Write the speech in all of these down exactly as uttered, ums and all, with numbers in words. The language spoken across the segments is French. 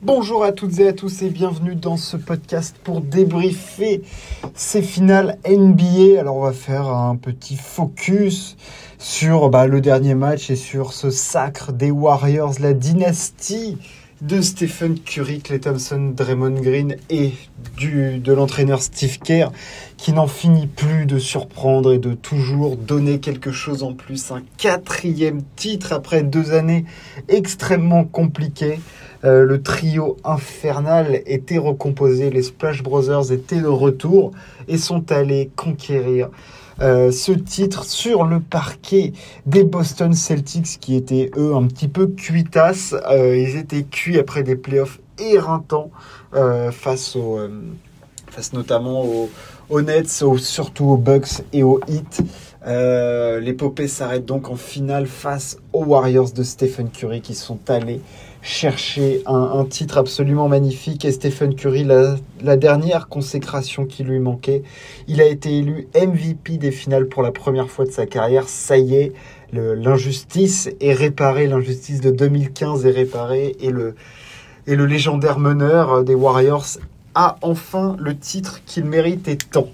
Bonjour à toutes et à tous et bienvenue dans ce podcast pour débriefer ces finales N B A. Alors on va faire un petit focus sur bah, le dernier match et sur ce sacre des Warriors, la dynastie de Stephen Curry, Klay Thompson, Draymond Green et du, de l'entraîneur Steve Kerr qui n'en finit plus de surprendre et de toujours donner quelque chose en plus. Un quatrième titre après deux années extrêmement compliquées. Euh, le trio infernal était recomposé, les Splash Brothers étaient de retour et sont allés conquérir Euh, ce titre sur le parquet des Boston Celtics qui étaient eux un petit peu cuitasses. Euh, ils étaient cuits après des playoffs éreintants euh, face, au, euh, face notamment aux, aux Nets, aux, surtout aux Bucks et aux Heat. Euh, l'épopée s'arrête donc en finale face aux Warriors de Stephen Curry qui sont allés chercher un, un titre absolument magnifique. Et Stephen Curry, la, la dernière consécration qui lui manquait, il a été élu M V P des finales pour la première fois de sa carrière. Ça y est, le, l'injustice est réparée, l'injustice de deux mille quinze est réparée et le, et le légendaire meneur des Warriors a enfin le titre qu'il méritait tant.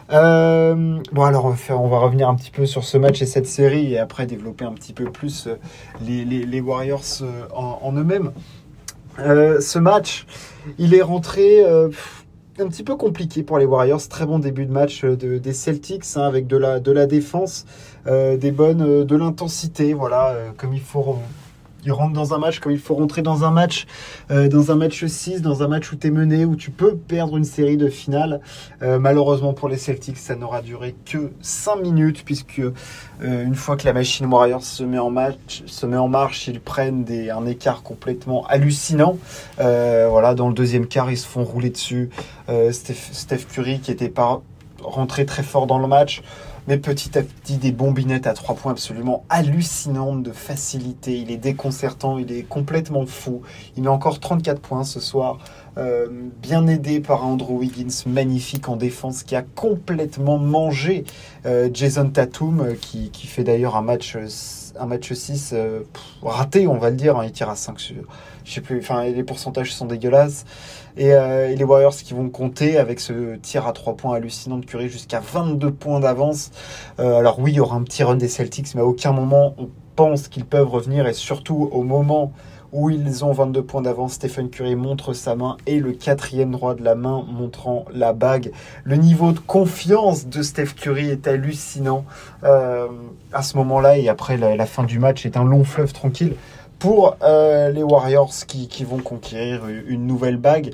Euh, bon alors on va, faire, on va revenir un petit peu sur ce match et cette série et après développer un petit peu plus les, les, les Warriors en, en eux-mêmes. Euh, ce match, il est rentré euh, un petit peu compliqué pour les Warriors. Très bon début de match de, des Celtics hein, avec de la, de la défense, euh, des bonnes, de l'intensité, voilà, euh, comme il faut... Ils rentrent dans un match comme il faut rentrer dans un match, euh, dans un match six, dans un match où tu es mené, où tu peux perdre une série de finales. Euh, malheureusement pour les Celtics, ça n'aura duré que cinq minutes, puisque euh, une fois que la machine Warriors se met en, match, se met en marche, ils prennent des, un écart complètement hallucinant. Euh, voilà, dans le deuxième quart, ils se font rouler dessus. Euh, Steph, Steph Curry, qui n'était pas rentré très fort dans le match, mais petit à petit, des bombinettes à trois points absolument hallucinantes de facilité. Il est déconcertant, il est complètement fou. Il met encore trente-quatre points ce soir, euh, bien aidé par Andrew Wiggins, magnifique en défense, qui a complètement mangé euh, Jason Tatum, euh, qui, qui fait d'ailleurs un match, un match six euh, pff, raté, on va le dire. Hein, il tire à cinq sur... Je sais plus, enfin, les pourcentages sont dégueulasses. Et, euh, et les Warriors qui vont compter avec ce tir à trois points hallucinant de Curry jusqu'à vingt-deux points d'avance. Euh, alors oui, il y aura un petit run des Celtics, mais à aucun moment on pense qu'ils peuvent revenir. Et surtout au moment où ils ont vingt-deux points d'avance, Stephen Curry montre sa main et le quatrième droit de la main montrant la bague. Le niveau de confiance de Steph Curry est hallucinant euh, à ce moment-là. Et après, la, la fin du match est un long fleuve tranquille pour euh, les Warriors qui, qui vont conquérir une nouvelle bague.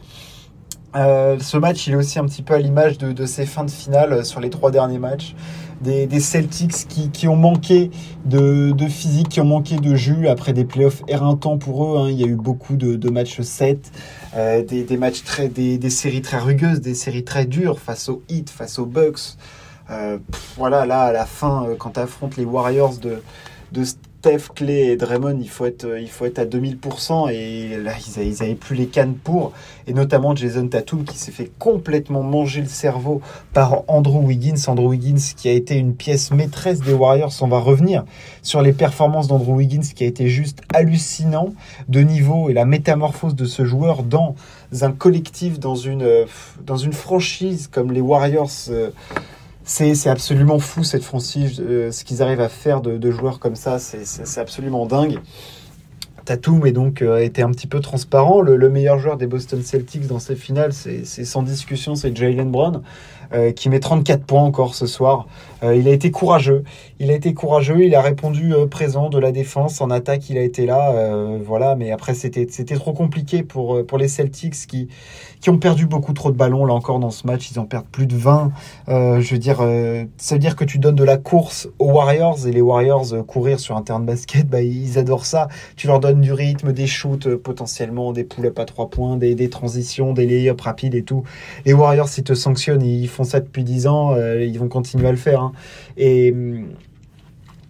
Euh, ce match, il est aussi un petit peu à l'image de, de ces fins de finale sur les trois derniers matchs. Des, des Celtics qui, qui ont manqué de, de physique, qui ont manqué de jus après des playoffs éreintants pour eux. Hein. Il y a eu beaucoup de, de matchs sept, euh, des, des, matchs très, des, des séries très rugueuses, des séries très dures face aux Heat, face aux Bucks. Euh, pff, voilà, là, à la fin, quand tu affrontes les Warriors de, de Steph, Klay et Draymond, il faut être, il faut être à deux mille pour cent et là, ils n'avaient plus les cannes pour. Et notamment Jason Tatum qui s'est fait complètement manger le cerveau par Andrew Wiggins. Andrew Wiggins qui a été une pièce maîtresse des Warriors. On va revenir sur les performances d'Andrew Wiggins qui a été juste hallucinant de niveau et la métamorphose de ce joueur dans un collectif, dans une, dans une franchise comme les Warriors. Euh, C'est, c'est absolument fou cette franchise, euh, ce qu'ils arrivent à faire de, de joueurs comme ça, c'est, c'est, c'est absolument dingue. Tatum est donc euh, été un petit peu transparent. Le, le meilleur joueur des Boston Celtics dans ces finales, c'est, c'est sans discussion, c'est Jaylen Brown, euh, qui met trente-quatre points encore ce soir. Euh, il a été courageux. Il a été courageux. Il a répondu euh, présent de la défense en attaque. Il a été là, euh, voilà. Mais après, c'était c'était trop compliqué pour pour les Celtics qui qui ont perdu beaucoup trop de ballons là encore dans ce match. Ils en perdent plus de vingt. Euh, je veux dire, euh, ça veut dire que tu donnes de la course aux Warriors et les Warriors euh, courir sur un terrain de basket, bah ils adorent ça. Tu leur donnes du rythme, des shoots euh, potentiellement, des pull-ups à trois points, des, des transitions, des lay-ups rapides et tout. Les Warriors, s'ils te sanctionnent, ils font ça depuis dix ans, euh, ils vont continuer à le faire. Hein. Et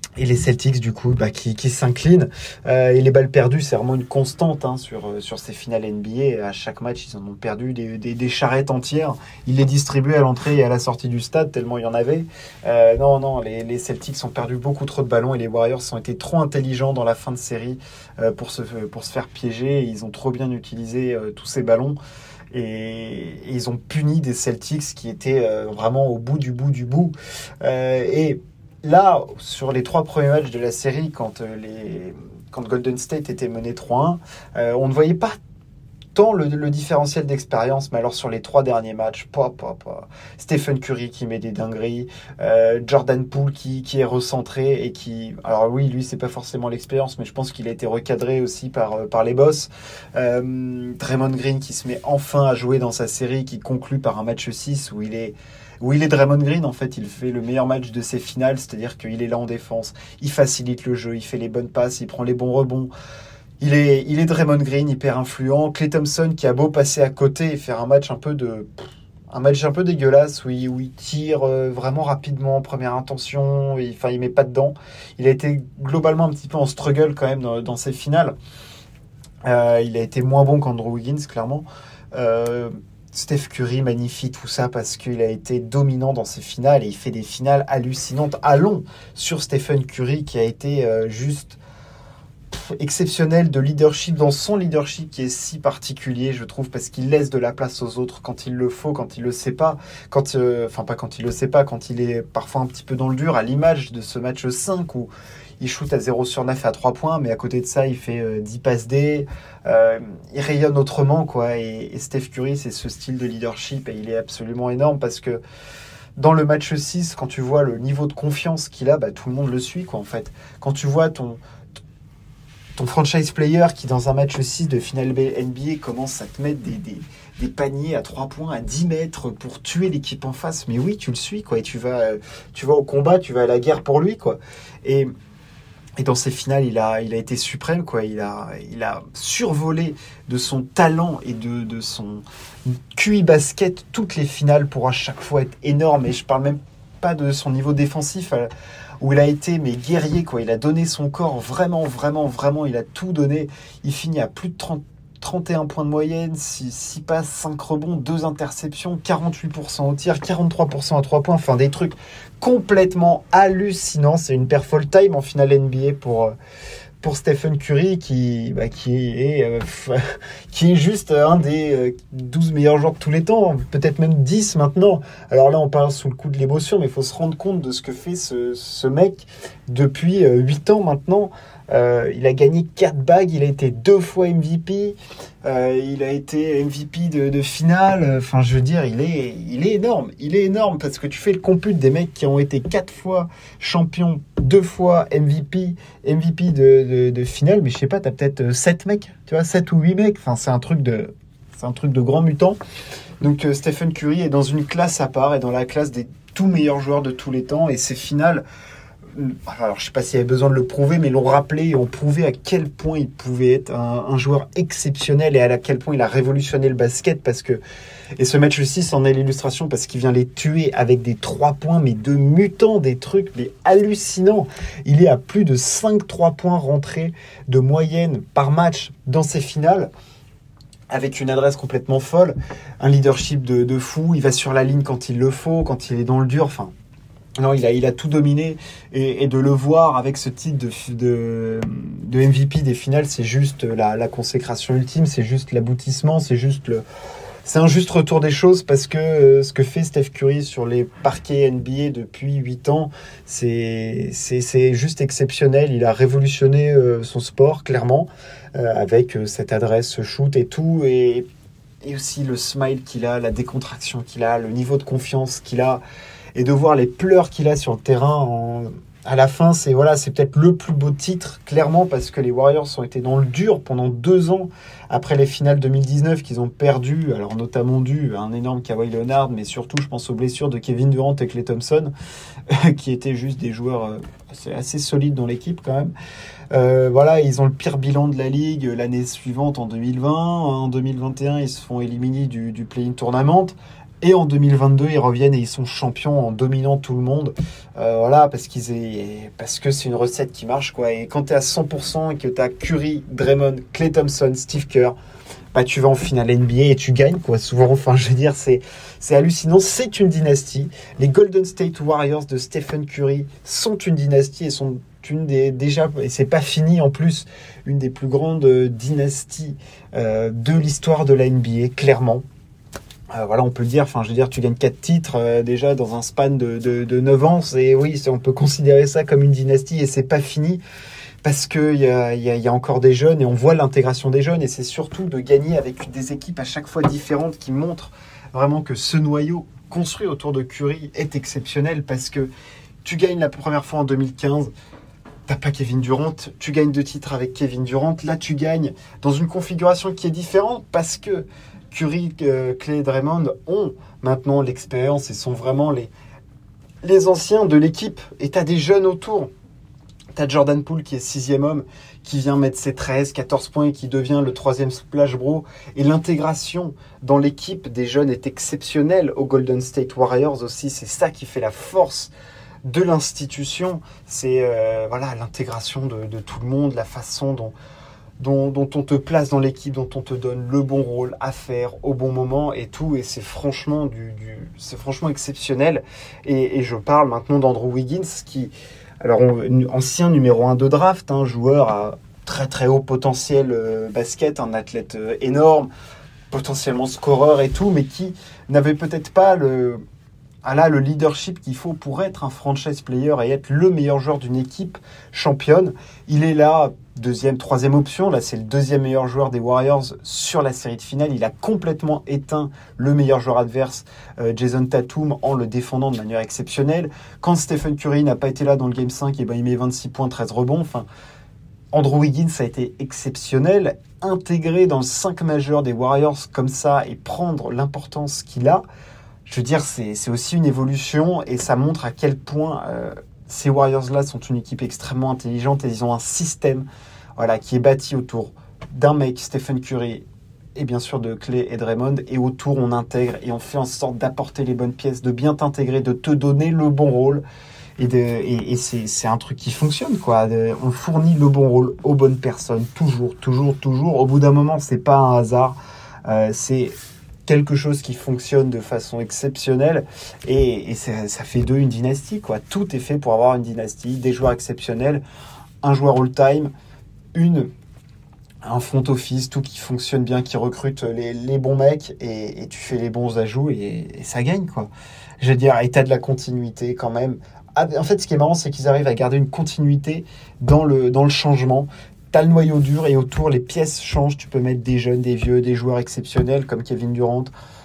Et les Celtics, du coup, bah, qui, qui s'inclinent. Euh, et les balles perdues, c'est vraiment une constante hein, sur, sur ces finales N B A. À chaque match, ils en ont perdu des, des, des charrettes entières. Ils les distribuaient à l'entrée et à la sortie du stade, tellement il y en avait. Euh, non, non, les, les Celtics ont perdu beaucoup trop de ballons et les Warriors ont été trop intelligents dans la fin de série euh, pour, se, pour se faire piéger. Ils ont trop bien utilisé euh, tous ces ballons. Et, et ils ont puni des Celtics qui étaient euh, vraiment au bout du bout du bout. Euh, et là, sur les trois premiers matchs de la série, quand, euh, les, quand Golden State était mené trois un, euh, on ne voyait pas tant le, le différentiel d'expérience, mais alors sur les trois derniers matchs, pas, pas, pas. Stephen Curry qui met des dingueries, euh, Jordan Poole qui, qui est recentré et qui... Alors oui, lui, c'est pas forcément l'expérience, mais je pense qu'il a été recadré aussi par, par les boss. Euh, Draymond Green qui se met enfin à jouer dans sa série, qui conclut par un match six où il est... Où il est Draymond Green, en fait, il fait le meilleur match de ses finales, c'est-à-dire qu'il est là en défense, il facilite le jeu, il fait les bonnes passes, il prend les bons rebonds. Il est, il est Draymond Green, hyper influent. Klay Thompson qui a beau passer à côté et faire un match un peu de, un match un peu dégueulasse où il, où il tire vraiment rapidement, première intention, et, enfin il met pas dedans. Il a été globalement un petit peu en struggle quand même dans, dans ses finales. Euh, il a été moins bon qu'Andrew Wiggins, clairement. Euh, Steph Curry magnifie tout ça parce qu'il a été dominant dans ses finales et il fait des finales hallucinantes. Allons sur Stephen Curry qui a été euh, juste pff, exceptionnel de leadership, dans son leadership qui est si particulier, je trouve, parce qu'il laisse de la place aux autres quand il le faut, quand il le sait pas, quand, euh, enfin pas quand il le sait pas, quand il est parfois un petit peu dans le dur, à l'image de ce match cinq où il shoot à zéro sur neuf à trois points, mais à côté de ça, il fait euh, dix passes D. Euh, il rayonne autrement, quoi. Et, et Steph Curry, c'est ce style de leadership et il est absolument énorme parce que dans le match six, quand tu vois le niveau de confiance qu'il a, bah, tout le monde le suit, quoi, en fait. Quand tu vois ton, ton franchise player qui, dans un match six de finale N B A, commence à te mettre des, des, des paniers à trois points, à dix mètres pour tuer l'équipe en face, mais oui, tu le suis, quoi. Et tu vas, tu vas au combat, tu vas à la guerre pour lui, quoi. Et... Et dans ces finales, il a, il a été suprême, quoi. Il a, il a survolé de son talent et de, de son Q I basket toutes les finales pour à chaque fois être énorme. Et je parle même pas de son niveau défensif où il a été mais guerrier, quoi. Il a donné son corps vraiment, vraiment, vraiment. Il a tout donné. Il finit à plus de trente, trente et un points de moyenne, six passes, cinq rebonds, deux interceptions, quarante-huit pour cent au tir, quarante-trois pour cent à trois points. Enfin, des trucs complètement hallucinants. C'est une perf all-time en finale N B A pour, pour Stephen Curry qui, bah, qui, est, euh, qui est juste un des douze meilleurs joueurs de tous les temps, peut-être même dix maintenant. Alors là, on parle sous le coup de l'émotion, mais il faut se rendre compte de ce que fait ce, ce mec depuis huit ans maintenant. Euh, il a gagné quatre bagues, il a été deux fois M V P, euh, il a été M V P de, de finale. Enfin, je veux dire, il est, il est énorme. Il est énorme parce que tu fais le compute des mecs qui ont été quatre fois champions, deux fois M V P, M V P de, de, de finale. Mais je sais pas, t'as peut-être sept mecs, tu vois, sept ou huit mecs. Enfin, c'est un truc de, c'est un truc de grand mutant. Donc, euh, Stephen Curry est dans une classe à part, est dans la classe des tout meilleurs joueurs de tous les temps. Et ces finales, alors je ne sais pas s'il y avait besoin de le prouver, mais l'ont rappelé et ont prouvé à quel point il pouvait être un, un joueur exceptionnel et à quel point il a révolutionné le basket. Parce que, et ce match six en est l'illustration parce qu'il vient les tuer avec des trois points, mais de mutants, des trucs mais hallucinants. Il est à plus de cinq trois points rentrés de moyenne par match dans ses finales, avec une adresse complètement folle, un leadership de, de fou. Il va sur la ligne quand il le faut, quand il est dans le dur, enfin... Non, il a, il a tout dominé et, et de le voir avec ce titre de, de, de M V P des finales, c'est juste la, la consécration ultime, c'est juste l'aboutissement, c'est juste le, c'est un juste retour des choses parce que euh, ce que fait Steph Curry sur les parquets N B A depuis huit ans, c'est, c'est, c'est juste exceptionnel. Il a révolutionné euh, son sport, clairement, euh, avec euh, cette adresse, ce shoot et tout, et, et aussi le smile qu'il a, la décontraction qu'il a, le niveau de confiance qu'il a. Et de voir les pleurs qu'il a sur le terrain en... à la fin, c'est, voilà, c'est peut-être le plus beau titre, clairement, parce que les Warriors ont été dans le dur pendant deux ans après les finales deux mille dix-neuf qu'ils ont perdu, alors notamment dû à un énorme Kawhi Leonard, mais surtout, je pense aux blessures de Kevin Durant et Klay Thompson, qui étaient juste des joueurs assez, assez solides dans l'équipe quand même. Euh, voilà, ils ont le pire bilan de la Ligue l'année suivante, en deux mille vingt. En deux mille vingt et un, ils se font éliminer du, du play-in tournament. Et en deux mille vingt-deux, ils reviennent et ils sont champions en dominant tout le monde. Euh, voilà, parce, qu'ils aient, parce que c'est une recette qui marche, quoi. Et quand tu es à cent pour cent et que tu as Curry, Draymond, Klay Thompson, Steve Kerr, bah, tu vas en finale N B A et tu gagnes, quoi. Souvent, enfin, je veux dire, c'est, c'est hallucinant. C'est une dynastie. Les Golden State Warriors de Stephen Curry sont une dynastie et sont une des, déjà, et c'est pas fini en plus, une des plus grandes dynasties euh, de l'histoire de la N B A, clairement. Euh, voilà, on peut le dire, enfin, je veux dire, tu gagnes quatre titres euh, déjà dans un span de, de, de neuf ans, et oui, on peut considérer ça comme une dynastie, et c'est pas fini, parce qu'il y a, y, a, y a encore des jeunes, et on voit l'intégration des jeunes, et c'est surtout de gagner avec des équipes à chaque fois différentes, qui montrent vraiment que ce noyau construit autour de Curry est exceptionnel, parce que tu gagnes la première fois en deux mille quinze, t'as pas Kevin Durant, tu gagnes deux titres avec Kevin Durant, là tu gagnes dans une configuration qui est différente, parce que Curry, euh, Klay et Draymond ont maintenant l'expérience et sont vraiment les, les anciens de l'équipe. Et tu as des jeunes autour. Tu as Jordan Poole qui est sixième homme, qui vient mettre ses treize, quatorze points et qui devient le troisième splash bro. Et l'intégration dans l'équipe des jeunes est exceptionnelle aux Golden State Warriors aussi. C'est ça qui fait la force de l'institution. C'est euh, voilà, l'intégration de, de tout le monde, la façon dont... Dont, dont on te place dans l'équipe, dont on te donne le bon rôle à faire au bon moment et tout, et c'est franchement, du, du, c'est franchement exceptionnel. Et, et je parle maintenant d'Andrew Wiggins, qui, alors on, ancien numéro un de draft, un hein, joueur à très très haut potentiel euh, basket, un athlète euh, énorme, potentiellement scoreur et tout, mais qui n'avait peut-être pas le... Ah là, le leadership qu'il faut pour être un franchise player et être le meilleur joueur d'une équipe championne. Il est là, deuxième, troisième option. Là, c'est le deuxième meilleur joueur des Warriors sur la série de finale. Il a complètement éteint le meilleur joueur adverse, euh, Jason Tatum, en le défendant de manière exceptionnelle. Quand Stephen Curry n'a pas été là dans le Game cinq, eh ben, il met vingt-six points, treize rebonds. Enfin, Andrew Wiggins a été exceptionnel. Intégré dans le cinq majeur des Warriors comme ça et prendre l'importance qu'il a, je veux dire, c'est, c'est aussi une évolution et ça montre à quel point euh, ces Warriors-là sont une équipe extrêmement intelligente et ils ont un système voilà, qui est bâti autour d'un mec, Stephen Curry, et bien sûr de Klay et Draymond. Et autour, on intègre et on fait en sorte d'apporter les bonnes pièces, de bien t'intégrer, de te donner le bon rôle. Et, de, et, et c'est, c'est un truc qui fonctionne, quoi. De, on fournit le bon rôle aux bonnes personnes, toujours, toujours, toujours. Au bout d'un moment, c'est pas un hasard. Euh, c'est... quelque chose qui fonctionne de façon exceptionnelle et, et ça, ça fait d'eux une dynastie, quoi. Tout est fait pour avoir une dynastie, des joueurs exceptionnels, un joueur all-time, une, un front office, tout qui fonctionne bien, qui recrute les, les bons mecs et, et tu fais les bons ajouts et, et ça gagne, quoi. Je veux dire, et t'as de la continuité quand même. En fait, ce qui est marrant, c'est qu'ils arrivent à garder une continuité dans le, dans le changement. T'as le noyau dur et autour, les pièces changent. Tu peux mettre des jeunes, des vieux, des joueurs exceptionnels comme Kevin Durant.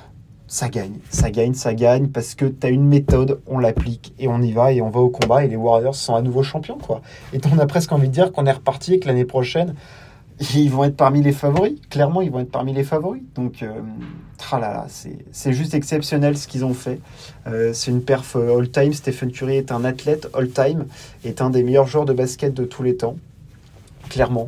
Ça gagne, ça gagne, ça gagne parce que t'as une méthode, on l'applique et on y va et on va au combat et les Warriors sont à nouveau champions, quoi. Et on a presque envie de dire qu'on est reparti et que l'année prochaine, ils vont être parmi les favoris. Clairement, ils vont être parmi les favoris. Donc, euh, tralala, c'est, c'est juste exceptionnel ce qu'ils ont fait. Euh, c'est une perf all-time. Stephen Curry est un athlète all-time, est un des meilleurs joueurs de basket de tous les temps. Clairement,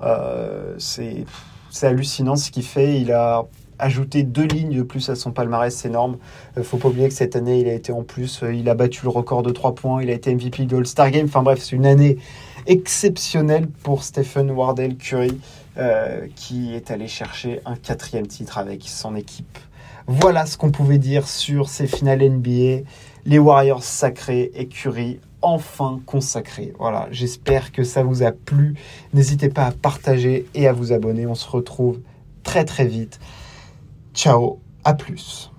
euh, c'est, c'est hallucinant ce qu'il fait. Il a ajouté deux lignes de plus à son palmarès, c'est énorme. Il ne faut pas oublier que cette année, il a été en plus, il a battu le record de trois points, il a été M V P de All-Star Game. Enfin bref, c'est une année exceptionnelle pour Stephen Wardell Curry, euh, qui est allé chercher un quatrième titre avec son équipe. Voilà ce qu'on pouvait dire sur ces finales N B A. Les Warriors sacrés et Curry enfin consacré. Voilà, j'espère que ça vous a plu. N'hésitez pas à partager et à vous abonner. On se retrouve très très vite. Ciao, à plus.